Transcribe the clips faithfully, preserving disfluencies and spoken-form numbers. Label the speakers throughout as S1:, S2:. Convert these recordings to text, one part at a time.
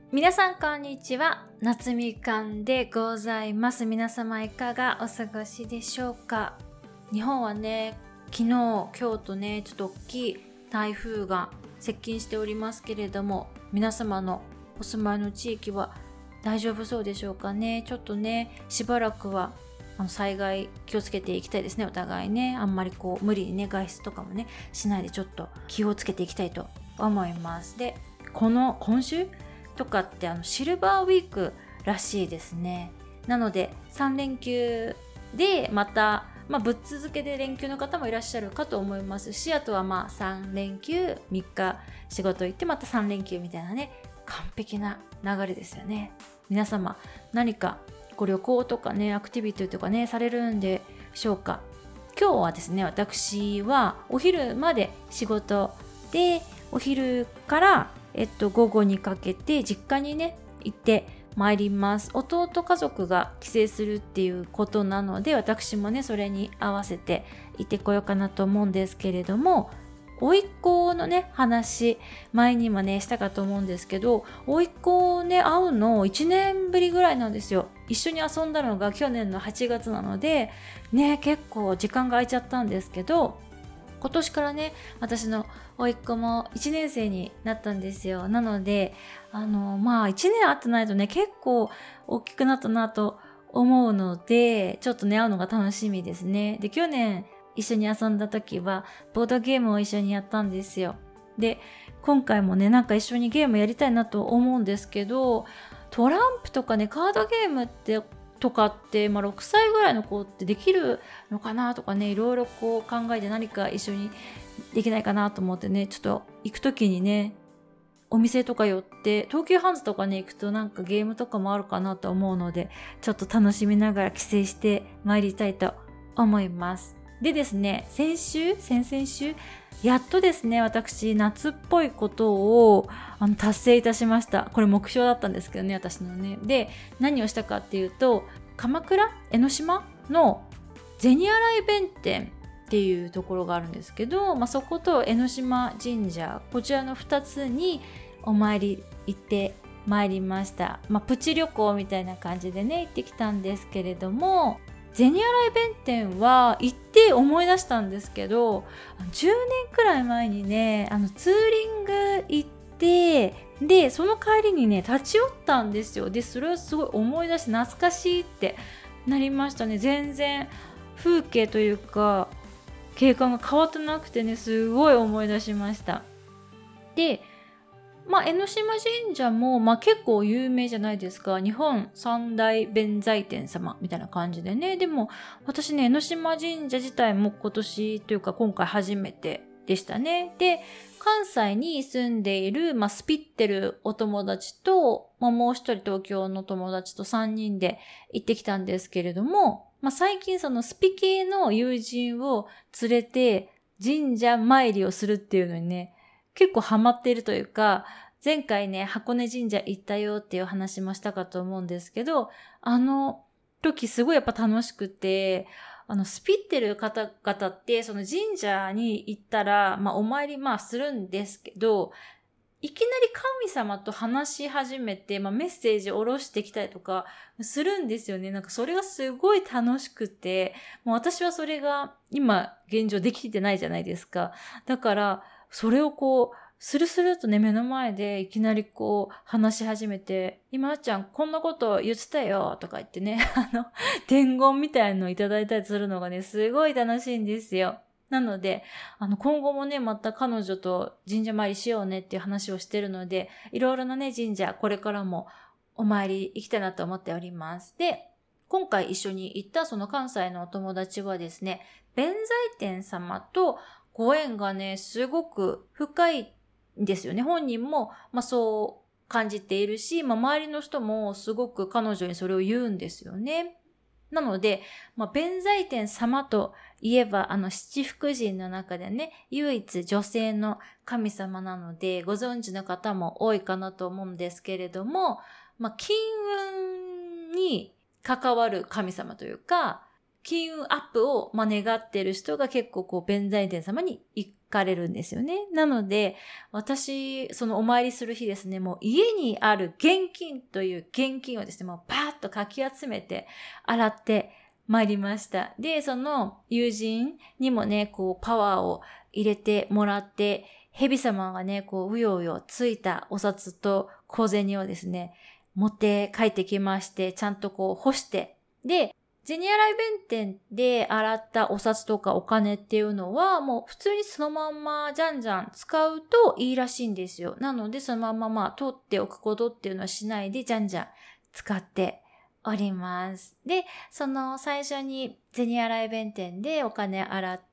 S1: 皆さんこんにちは、夏みかんでございます。皆様いかがお過ごしでしょうか。日本はね、昨日今日とね、ちょっと大きい台風が接近しておりますけれども、皆様のお住まいの地域は大丈夫そうでしょうかね。ちょっとね、しばらくはあの災害気をつけていきたいですね。お互いね、あんまりこう無理にね、外出とかもねしないでちょっと気をつけていきたいと思います。で、この今週とかってあのシルバーウィークらしいですね。なのでさん連休でまた、まあ、ぶっ続けで連休の方もいらっしゃるかと思いますし、あとはまあさん連休みっか仕事行ってまたさん連休みたいなね、完璧な流れですよね。皆様何かご旅行とかね、アクティビティとかねされるんでしょうか。今日はですね、私はお昼まで仕事で、お昼からえっと、午後にかけて実家にね行ってまいります。弟家族が帰省するっていうことなので、私もねそれに合わせて行ってこようかなと思うんですけれども、甥っ子のね話前にもねしたかと思うんですけど、甥っ子ね会うのいちねんぶりぐらいなんですよ。一緒に遊んだのが去年のはちがつなのでね、結構時間が空いちゃったんですけど、今年からね私の甥っ子もいちねん生になったんですよ。なのであのまあいちねん会ってないとね結構大きくなったなと思うので、ちょっとね会うのが楽しみですね。で、去年一緒に遊んだ時はボードゲームを一緒にやったんですよ。で、今回もねなんか一緒にゲームやりたいなと思うんですけど、トランプとかねカードゲームってとかって、まあ、ろくさいぐらいの子ってできるのかなとかね、いろいろこう考えて何か一緒にできないかなと思ってね、ちょっと行くときにねお店とか寄って東急ハンズとかね行くとなんかゲームとかもあるかなと思うので、ちょっと楽しみながら帰省して参りたいと思います。でですね、先週先々週やっとですね、私夏っぽいことをあの達成いたしました。これ目標だったんですけどね、私のね。で、何をしたかっていうと、鎌倉江ノ島の銭洗弁天っていうところがあるんですけど、まあ、そこと江ノ島神社、こちらのふたつにお参り行ってまいりました。まあ、プチ旅行みたいな感じでね行ってきたんですけれども、銭洗弁天は行って思い出したんですけど、じゅうねんくらい前にねあのツーリング行って、でその帰りにね立ち寄ったんですよ。でそれをすごい思い出して懐かしいってなりましたね。全然風景というか景観が変わってなくてね、すごい思い出しました。で、まあ、江ノ島神社も、まあ、結構有名じゃないですか。日本三大弁財天様みたいな感じでね。でも私ね江ノ島神社自体も今年というか今回初めてでしたね。で、関西に住んでいる、まあ、スピってるお友達と、まあ、もう一人東京の友達とさんにんで行ってきたんですけれども、まあ、最近そのスピ系の友人を連れて神社参りをするっていうのにね結構ハマっているというか、前回ね箱根神社行ったよっていう話もしたかと思うんですけど、あの時すごいやっぱ楽しくて、あのスピってる方々ってその神社に行ったら、まあ、お参りまあするんですけど、いきなり神様と話し始めて、まあ、メッセージを下ろしてきたりとかするんですよね。なんかそれがすごい楽しくて、もう私はそれが今現状できてないじゃないですか。だからそれをこうスルスルとね目の前でいきなりこう話し始めて、今あっちゃんこんなこと言ってたよとか言ってね、あの伝言みたいのをいただいたりするのがねすごい楽しいんですよ。なので、あの、今後もね、また彼女と神社参りしようねっていう話をしてるので、いろいろなね、神社、これからもお参り行きたいなと思っております。で、今回一緒に行ったその関西のお友達はですね、弁財天様とご縁がね、すごく深いんですよね。本人も、まあそう感じているし、まあ周りの人もすごく彼女にそれを言うんですよね。なので、まあ、弁財天様といえば、あの、七福神の中でね、唯一女性の神様なので、ご存知の方も多いかなと思うんですけれども、まあ、金運に関わる神様というか、金運アップを、まあ、願っている人が結構こう、弁財天様に行かれるんですよね。なので、私、そのお参りする日ですね、もう家にある現金という現金をですね、もうパーッとかき集めて洗って参りました。で、その友人にもね、こうパワーを入れてもらって、蛇様がね、こううようよついたお札と小銭をですね、持って帰ってきまして、ちゃんとこう干して、で、銭洗弁天で洗ったお札とかお金っていうのはもう普通にそのまんまじゃんじゃん使うといいらしいんですよ。なのでそのまんままあ取っておくことっていうのはしないでじゃんじゃん使っております。で、その最初に銭洗弁天でお金洗って、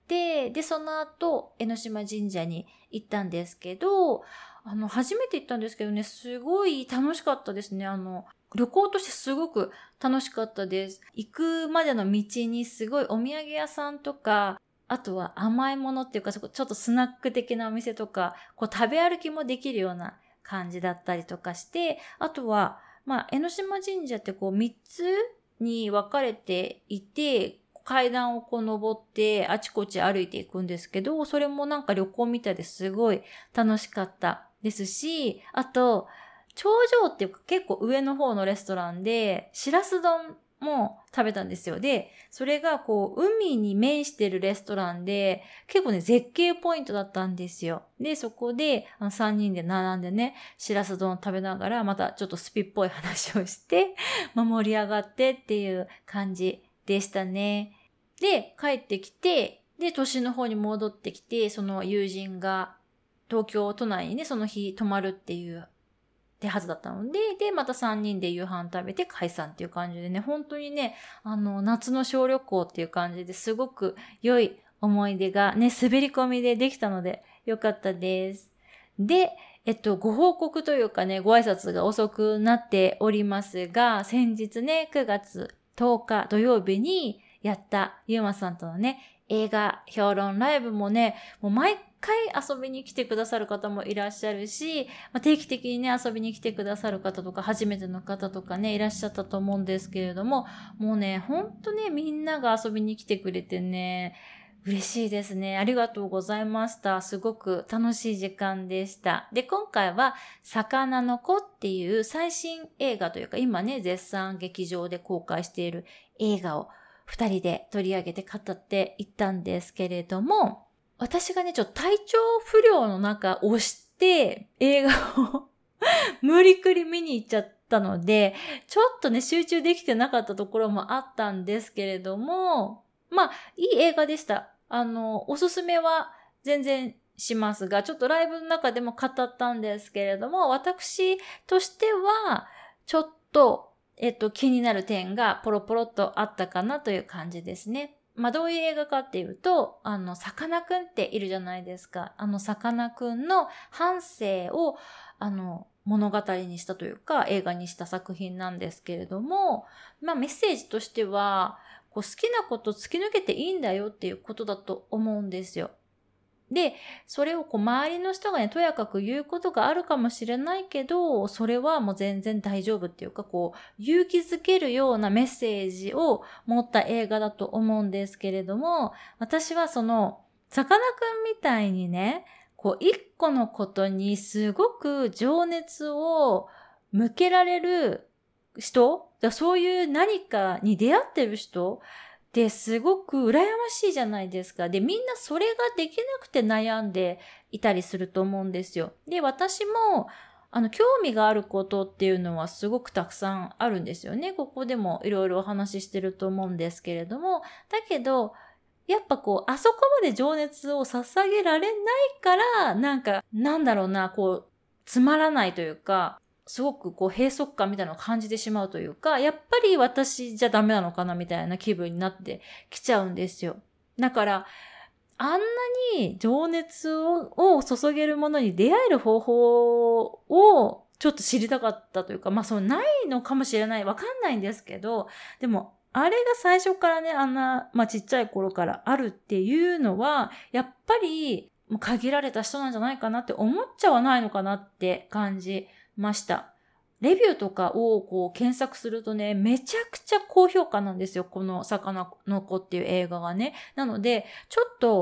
S1: で、その後江ノ島神社に行ったんですけど、あの、初めて行ったんですけどね、すごい楽しかったですね。あの、旅行としてすごく楽しかったです。行くまでの道にすごいお土産屋さんとか、あとは甘いものっていうか、ちょっとスナック的なお店とか、こう食べ歩きもできるような感じだったりとかして、あとは、まあ、江ノ島神社ってこうみっつに分かれていて、階段をこう登ってあちこち歩いていくんですけど、それもなんか旅行みたいですごい楽しかったですし、あと、頂上っていうか結構上の方のレストランで、しらす丼も食べたんですよ。で、それがこう、海に面してるレストランで、結構ね、絶景ポイントだったんですよ。で、そこで、あのさんにんで並んでね、しらす丼を食べながら、またちょっとスピっぽい話をして、まあ、盛り上がってっていう感じでしたね。で、帰ってきて、で、都心の方に戻ってきて、その友人が東京都内にね、その日泊まるっていう手はずだったので、で、またさんにんで夕飯食べて解散っていう感じでね、本当にね、あの、夏の小旅行っていう感じですごく良い思い出がね、滑り込みでできたので良かったです。で、えっと、ご報告というかね、ご挨拶が遅くなっておりますが、先日ね、くがつとおか土曜日にやったゆうまさんとのね、映画評論ライブもね、もう毎回遊びに来てくださる方もいらっしゃるし、まあ、定期的にね、遊びに来てくださる方とか、初めての方とかね、いらっしゃったと思うんですけれども、もうね、ほんとね、みんなが遊びに来てくれてね、嬉しいですね。ありがとうございました。すごく楽しい時間でした。で、今回は、魚の子っていう最新映画というか、今ね、絶賛劇場で公開している映画を二人で取り上げて語っていったんですけれども、私がね、ちょっと体調不良の中押して映画を無理くり見に行っちゃったので、ちょっとね、集中できてなかったところもあったんですけれども、まあ、いい映画でした。あの、おすすめは全然しますが、ちょっとライブの中でも語ったんですけれども、私としては、ちょっと、えっと、気になる点がポロポロっとあったかなという感じですね。まあ、どういう映画かっていうと、あの、さかなクンっているじゃないですか。あの、さかなクンの半生を、あの、物語にしたというか、映画にした作品なんですけれども、まあ、メッセージとしては、こう好きなこと突き抜けていいんだよっていうことだと思うんですよ。で、それをこう周りの人がね、とやかく言うことがあるかもしれないけど、それはもう全然大丈夫っていうか、こう、勇気づけるようなメッセージを持った映画だと思うんですけれども、私はその、さかなクンみたいにね、こう、一個のことにすごく情熱を向けられる人、そういう何かに出会ってる人ってすごく羨ましいじゃないですか。で、みんなそれができなくて悩んでいたりすると思うんですよ。で、私も、あの、興味があることっていうのはすごくたくさんあるんですよね。ここでもいろいろお話ししてると思うんですけれども。だけど、やっぱこう、あそこまで情熱を捧げられないから、なんか、なんだろうな、こう、つまらないというか、すごくこう閉塞感みたいなのを感じてしまうというか、やっぱり私じゃダメなのかなみたいな気分になってきちゃうんですよ。だから、あんなに情熱を、を注げるものに出会える方法をちょっと知りたかったというか、まあそうないのかもしれない。わかんないんですけど、でも、あれが最初からね、あんな、まあちっちゃい頃からあるっていうのは、やっぱりもう限られた人なんじゃないかなって思っちゃわないのかなって感じました。レビューとかをこう検索するとね、めちゃくちゃ高評価なんですよ。この魚の子っていう映画がね。なので、ちょっと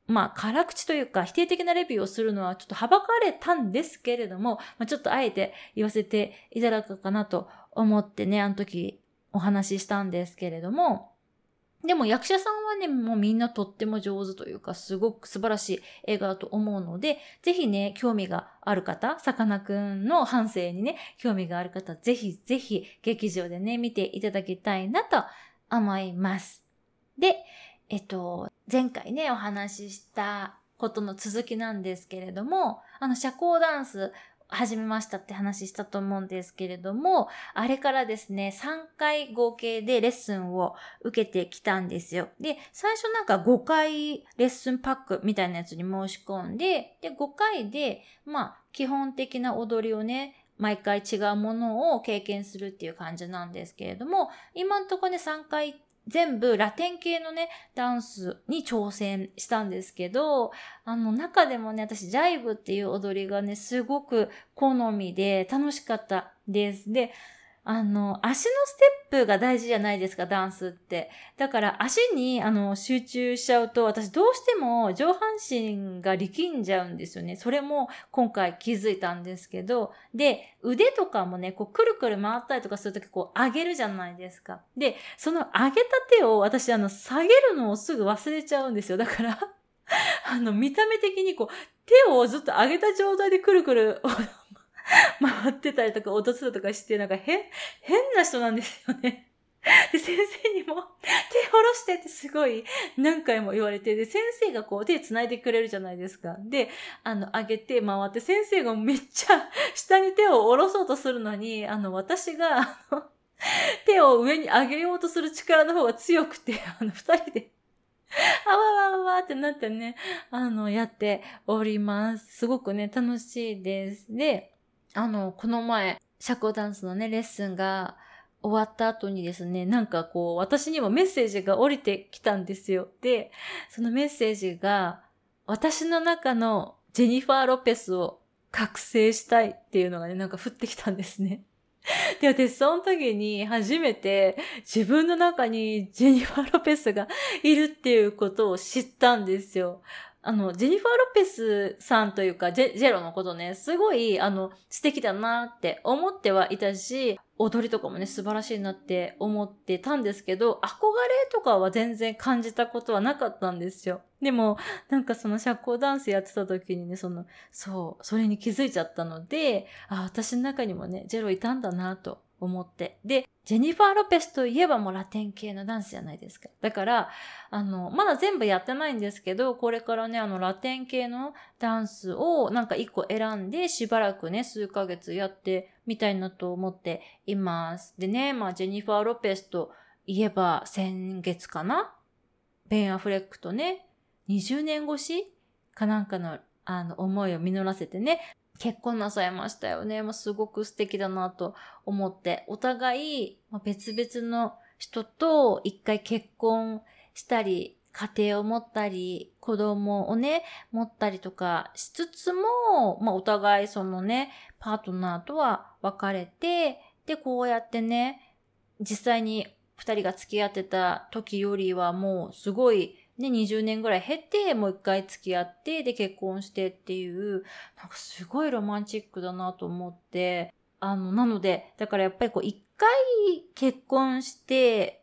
S1: まあ、辛口というか否定的なレビューをするのはちょっとはばかれたんですけれども、まあ、ちょっとあえて言わせていただくかなと思ってね、あの時お話ししたんですけれども、でも役者さんはね、もうみんなとっても上手というか、すごく素晴らしい映画だと思うので、ぜひね、興味がある方、さかなクンの半生にね、興味がある方、ぜひぜひ劇場でね、見ていただきたいなと思います。で、えっと、前回ね、お話ししたことの続きなんですけれども、あの、社交ダンス始めましたって話したと思うんですけれども、あれからですね、さんかい合計でレッスンを受けてきたんですよ。で、最初なんかごかいレッスンパックみたいなやつに申し込んで、で、ごかいで、まあ、基本的な踊りをね、毎回違うものを経験するっていう感じなんですけれども、今んとこね、さんかい全部ラテン系のね、ダンスに挑戦したんですけど、あの中でもね、私ジャイブっていう踊りがね、すごく好みで楽しかったです。で、あの、足のステップが大事じゃないですか、ダンスって。だから足にあの集中しちゃうと、私どうしても上半身が力んじゃうんですよね。それも今回気づいたんですけど、で、腕とかもね、こうくるくる回ったりとかするときこう上げるじゃないですか。で、その上げた手を私あの下げるのをすぐ忘れちゃうんですよ。だから、あの見た目的にこう手をずっと上げた状態でくるくる回ってたりとか踊ってたとかして、なんか変、変な人なんですよね。で、先生にも手下ろしてってすごい何回も言われて、で、先生がこう手繋いでくれるじゃないですか。で、あの、上げて回って、先生がめっちゃ下に手を下ろそうとするのに、あの、私が、あの、手を上に上げようとする力の方が強くて、あの、二人で、あわわわわってなってね、あの、やっております。すごくね、楽しいです。で、あの、この前、社交ダンスのね、レッスンが終わった後にですね、なんかこう、私にもメッセージが降りてきたんですよ。で、そのメッセージが、私の中のジェニファー・ロペスを覚醒したいっていうのがね、なんか降ってきたんですね。で、私その時に初めて自分の中にジェニファー・ロペスがいるっていうことを知ったんですよ。あの、ジェニファー・ロペスさんというか、ジェ、ジェロのことね、すごい、あの、素敵だなって思ってはいたし、踊りとかもね、素晴らしいなって思ってたんですけど、憧れとかは全然感じたことはなかったんですよ。でも、なんかその社交ダンスやってた時にね、その、そう、それに気づいちゃったので、あ、私の中にもね、ジェロいたんだなと思って。で、ジェニファー・ロペスといえばもうラテン系のダンスじゃないですか。だから、あの、まだ全部やってないんですけど、これからね、あの、ラテン系のダンスをなんか一個選んで、しばらくね、数ヶ月やってみたいなと思っています。でね、まあ、ジェニファー・ロペスといえば、先月かな？ベン・アフレックとね、にじゅうねん越しかなんかの、あの、思いを実らせてね、結婚なさいましたよね。もうすごく素敵だなと思って、お互い別々の人と一回結婚したり、家庭を持ったり、子供をね、持ったりとかしつつも、まあお互いそのね、パートナーとは別れて、で、こうやってね、実際に二人が付き合ってた時よりはもうすごいね、にじゅうねんぐらい経て、もう一回付き合って、で、結婚してっていう、なんかすごいロマンチックだなと思って、あの、なので、だからやっぱりこう、一回結婚して、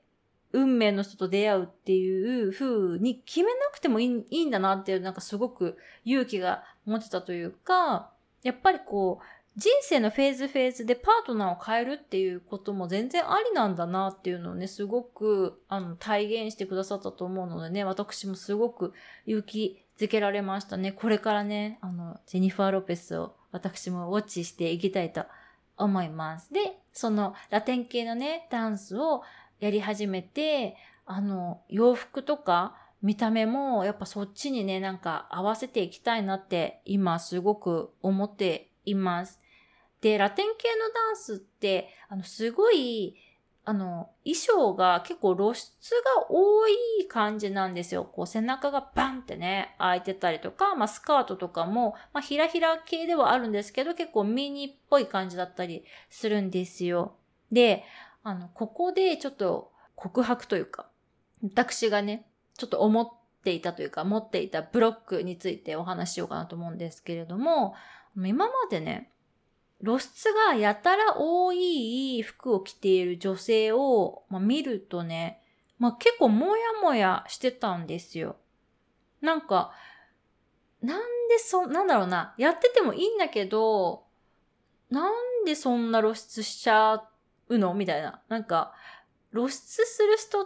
S1: 運命の人と出会うっていう風に決めなくてもいい、いいんだなっていう、なんかすごく勇気が持てたというか、やっぱりこう、人生のフェーズフェーズでパートナーを変えるっていうことも全然ありなんだなっていうのをね、すごくあの体現してくださったと思うのでね、私もすごく勇気づけられましたね。これからね、あの、ジェニファー・ロペスを私もウォッチしていきたいと思います。で、そのラテン系のね、ダンスをやり始めて、あの、洋服とか見た目もやっぱそっちにね、なんか合わせていきたいなって今すごく思っています。で、ラテン系のダンスって、あの、すごい、あの、衣装が結構露出が多い感じなんですよ。こう、背中がバンってね、開いてたりとか、まあ、スカートとかも、まあ、ひらひら系ではあるんですけど、結構ミニっぽい感じだったりするんですよ。で、あの、ここでちょっと告白というか、私がね、ちょっと思っていたというか、持っていたブロックについてお話ししようかなと思うんですけれども、今までね、露出がやたら多い服を着ている女性を、まあ、見るとね、まあ、結構もやもやしてたんですよ。なんか、なんでそ、なんだろうな、やっててもいいんだけど、なんでそんな露出しちゃうのみたいな。なんか、露出する人って、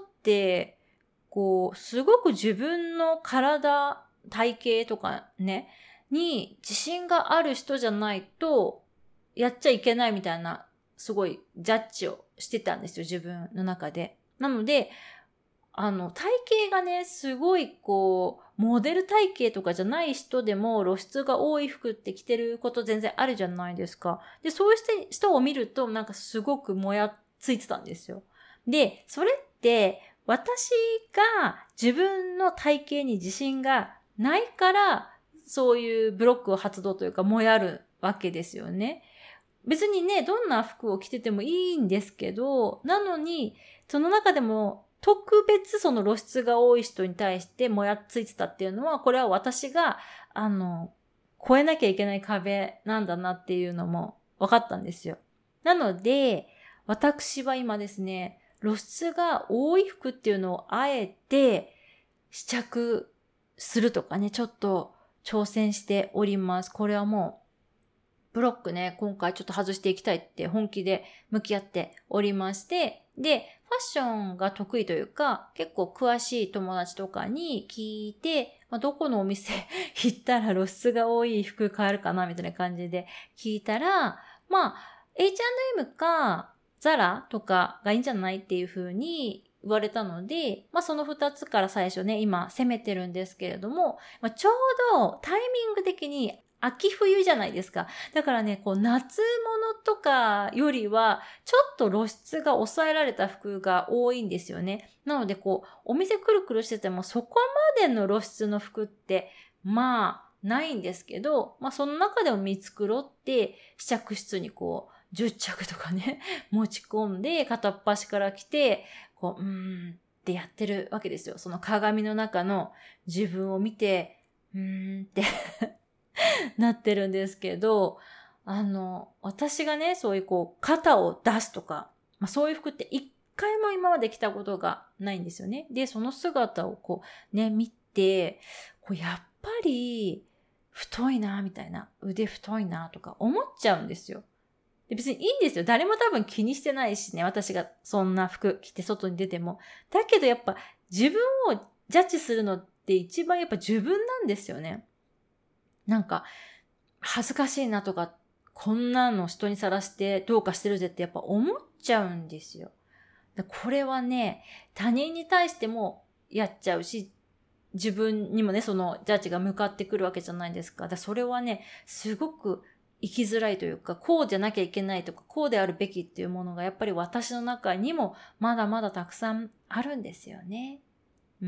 S1: こう、すごく自分の体、体型とかね、に自信がある人じゃないと、やっちゃいけないみたいな、すごいジャッジをしてたんですよ、自分の中で。なので、あの、体型がね、すごいこう、モデル体型とかじゃない人でも露出が多い服って着てること全然あるじゃないですか。で、そういう人を見るとなんかすごくもやついてたんですよ。で、それって私が自分の体型に自信がないから、そういうブロックを発動というかもやるわけですよね。別にね、どんな服を着ててもいいんですけど、なのに、その中でも特別その露出が多い人に対してもやっついてたっていうのは、これは私が、あの、越えなきゃいけない壁なんだなっていうのも分かったんですよ。なので、私は今ですね、露出が多い服っていうのをあえて試着するとかね、ちょっと挑戦しております。これはもう、ブロックね、今回ちょっと外していきたいって本気で向き合っておりまして、で、ファッションが得意というか、結構詳しい友達とかに聞いて、まあ、どこのお店行ったら露出が多い服買えるかなみたいな感じで聞いたら、まあ、エイチアンドエム か ザラ とかがいいんじゃないっていう風に言われたので、まあその二つから最初ね、今攻めてるんですけれども、まあ、ちょうどタイミング的に秋冬じゃないですか。だからね、こう夏物とかよりは、ちょっと露出が抑えられた服が多いんですよね。なのでこう、お店くるくるしててもそこまでの露出の服って、まあ、ないんですけど、まあその中でも見繕って、試着室にこう、じゅっちゃくとかね、持ち込んで、片っ端から来て、こう、うーんってやってるわけですよ。その鏡の中の自分を見て、うーんってなってるんですけど、あの、私がね、そういうこう、肩を出すとか、まあそういう服って一回も今まで着たことがないんですよね。で、その姿をこう、ね、見て、こうやっぱり、太いな、みたいな。腕太いな、とか思っちゃうんですよ。で別にいいんですよ。誰も多分気にしてないしね。私がそんな服着て外に出ても。だけどやっぱ自分をジャッジするのって一番やっぱ自分なんですよね。なんか、恥ずかしいなとか、こんなの人にさらしてどうかしてるぜってやっぱ思っちゃうんですよ。これはね、他人に対してもやっちゃうし、自分にもね、そのジャッジが向かってくるわけじゃないですか。だからそれはね、すごく生きづらいというか、こうじゃなきゃいけないとか、こうであるべきっていうものがやっぱり私の中にもまだまだたくさんあるんですよね。うん。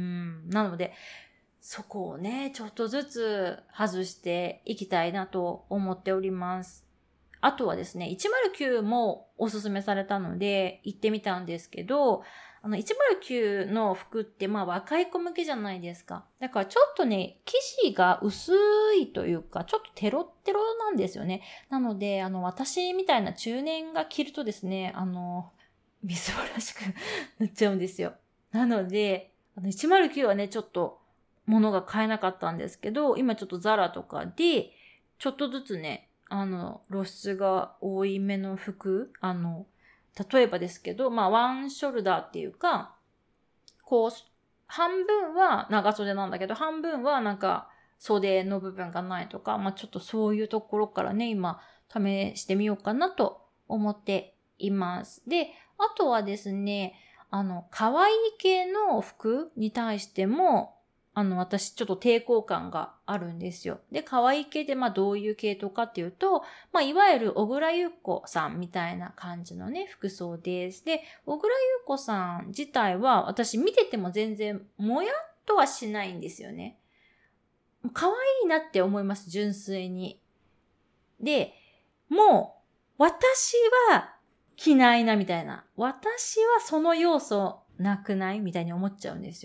S1: なので、そこをね、ちょっとずつ外していきたいなと思っております。あとはですね、いちまるきゅうもおすすめされたので行ってみたんですけど、あのいちまるきゅうの服ってまあ若い子向けじゃないですか。だからちょっとね、生地が薄いというか、ちょっとテロッテロなんですよね。なので、あの私みたいな中年が着るとですね、あの、みすぼらしくなっちゃうんですよ。なので、あのいちまるきゅうはね、ちょっと物が買えなかったんですけど、今ちょっとザラとかで、ちょっとずつね、あの、露出が多いめの服、あの、例えばですけど、まあ、ワンショルダーっていうか、こう、半分は長袖なんだけど、半分はなんか袖の部分がないとか、まあ、ちょっとそういうところからね、今、試してみようかなと思っています。で、あとはですね、あの、可愛い系の服に対しても、あの、私ちょっと抵抗感があるんですよ。で、可愛い系で、まあどういう系統かっていうと、まあいわゆる小倉優子さんみたいな感じのね、服装です。で、小倉優子さん自体は私見てても全然もやっとはしないんですよね。可愛いなって思います、純粋に。で、もう、私は着ないなみたいな。私はその要素なくないみたいに思っちゃうんですよね。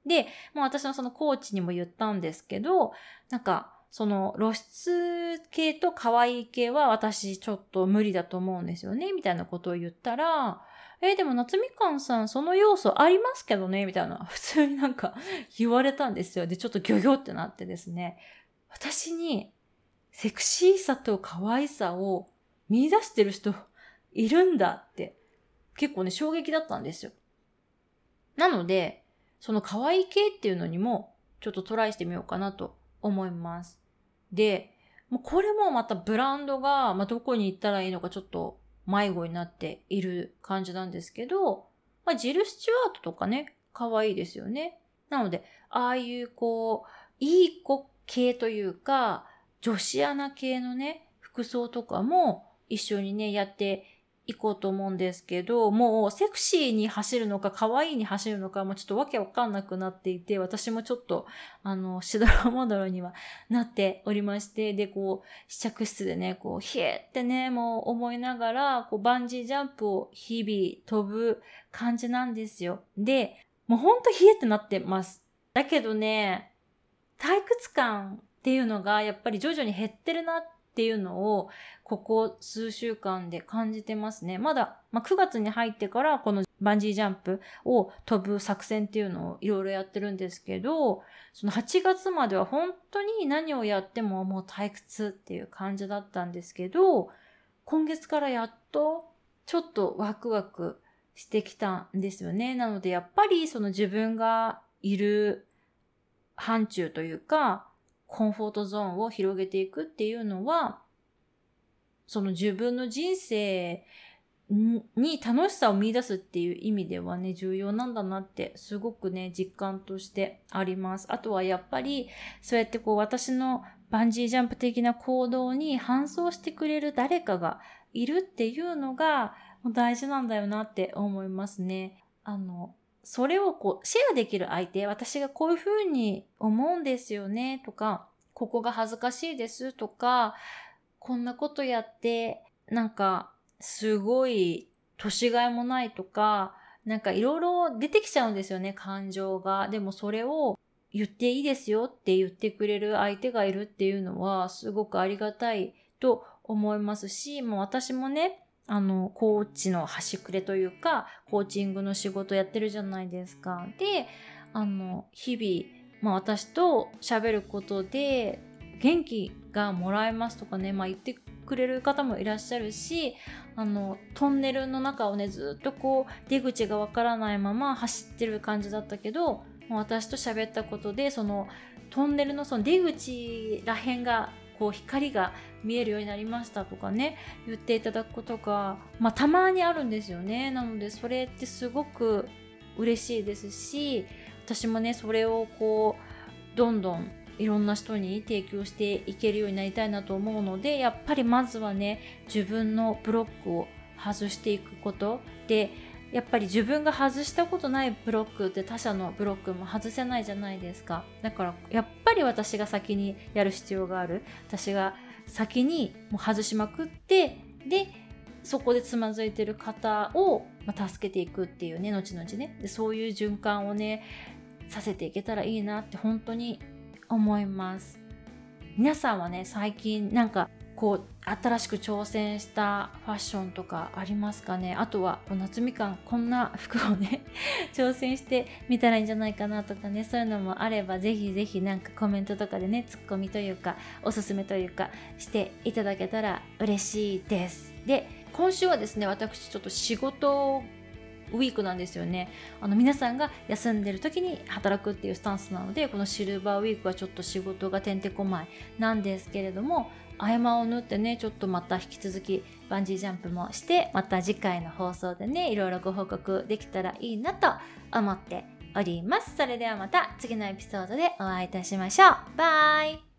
S1: で、もう私のそのコーチにも言ったんですけど、なんか、その露出系と可愛い系は私ちょっと無理だと思うんですよね、みたいなことを言ったら、えー、でも夏みかんさんその要素ありますけどね、みたいな、普通になんか言われたんですよ。で、ちょっとギョギョってなってですね、私にセクシーさと可愛さを見出してる人いるんだって結構ね衝撃だったんですよ。なのでその可愛い系っていうのにもちょっとトライしてみようかなと思います。で、もうこれもまたブランドが、まあ、どこに行ったらいいのかちょっと迷子になっている感じなんですけど、まあ、ジル・スチュワートとかね可愛いですよね。なのでああいうこういい子系というか女子アナ系のね服装とかも一緒にねやっていこうと思うんですけど、もうセクシーに走るのか可愛いに走るのかもうちょっとわけわかんなくなっていて、私もちょっとあのしどろもどろにはなっておりまして、でこう試着室でねこうひえってねもう思いながらこうバンジージャンプを日々飛ぶ感じなんですよ。でもうほんとひえってなってます。だけどね退屈感っていうのがやっぱり徐々に減ってるなっていうのをここ数週間で感じてますね。まだ、まあ、くがつに入ってからこのバンジージャンプを飛ぶ作戦っていうのをいろいろやってるんですけど、そのはちがつまでは本当に何をやってももう退屈っていう感じだったんですけど、今月からやっとちょっとワクワクしてきたんですよね。なのでやっぱりその自分がいる範疇というかコンフォートゾーンを広げていくっていうのは、その自分の人生に楽しさを見出すっていう意味ではね重要なんだなってすごくね実感としてあります。あとはやっぱりそうやってこう私のバンジージャンプ的な行動に伴走してくれる誰かがいるっていうのが大事なんだよなって思いますね。あのそれをこうシェアできる相手、私がこういうふうに思うんですよねとか、ここが恥ずかしいですとか、こんなことやってなんかすごい年がいもないとか、なんかいろいろ出てきちゃうんですよね、感情が。でもそれを言っていいですよって言ってくれる相手がいるっていうのはすごくありがたいと思いますし、もう私もねあのコーチの端くれというかコーチングの仕事やってるじゃないですか。で、あの日々、まあ、私と喋ることで元気がもらえますとかね、まあ、言ってくれる方もいらっしゃるし、あのトンネルの中をねずっとこう出口がわからないまま走ってる感じだったけど、私と喋ったことでそのトンネルのその出口らへんがこう光が見えるようになりましたとかね言っていただくことが、まあ、たまにあるんですよね。なのでそれってすごく嬉しいですし、私もねそれをこうどんどんいろんな人に提供していけるようになりたいなと思うので、やっぱりまずはね自分のブロックを外していくことで、やっぱり自分が外したことないブロックって他者のブロックも外せないじゃないですか。だからやっぱり私が先にやる必要がある。私が先にもう外しまくって、でそこでつまずいてる方を助けていくっていうね、後々ね、でそういう循環をねさせていけたらいいなって本当に思います。皆さんはね最近なんかこう新しく挑戦したファッションとかありますかね。あとは夏みかんこんな服をね挑戦してみたらいいんじゃないかなとかね、そういうのもあればぜひぜひなんかコメントとかでねツッコミというかおすすめというかしていただけたら嬉しいです。で今週はですね、私ちょっと仕事ウィークなんですよね。あの皆さんが休んでる時に働くっていうスタンスなので、このシルバーウィークはちょっと仕事がてんてこまいなんですけれども、合間を縫ってねちょっとまた引き続きバンジージャンプもして、また次回の放送でねいろいろご報告できたらいいなと思っております。それではまた次のエピソードでお会いいたしましょう。バイ。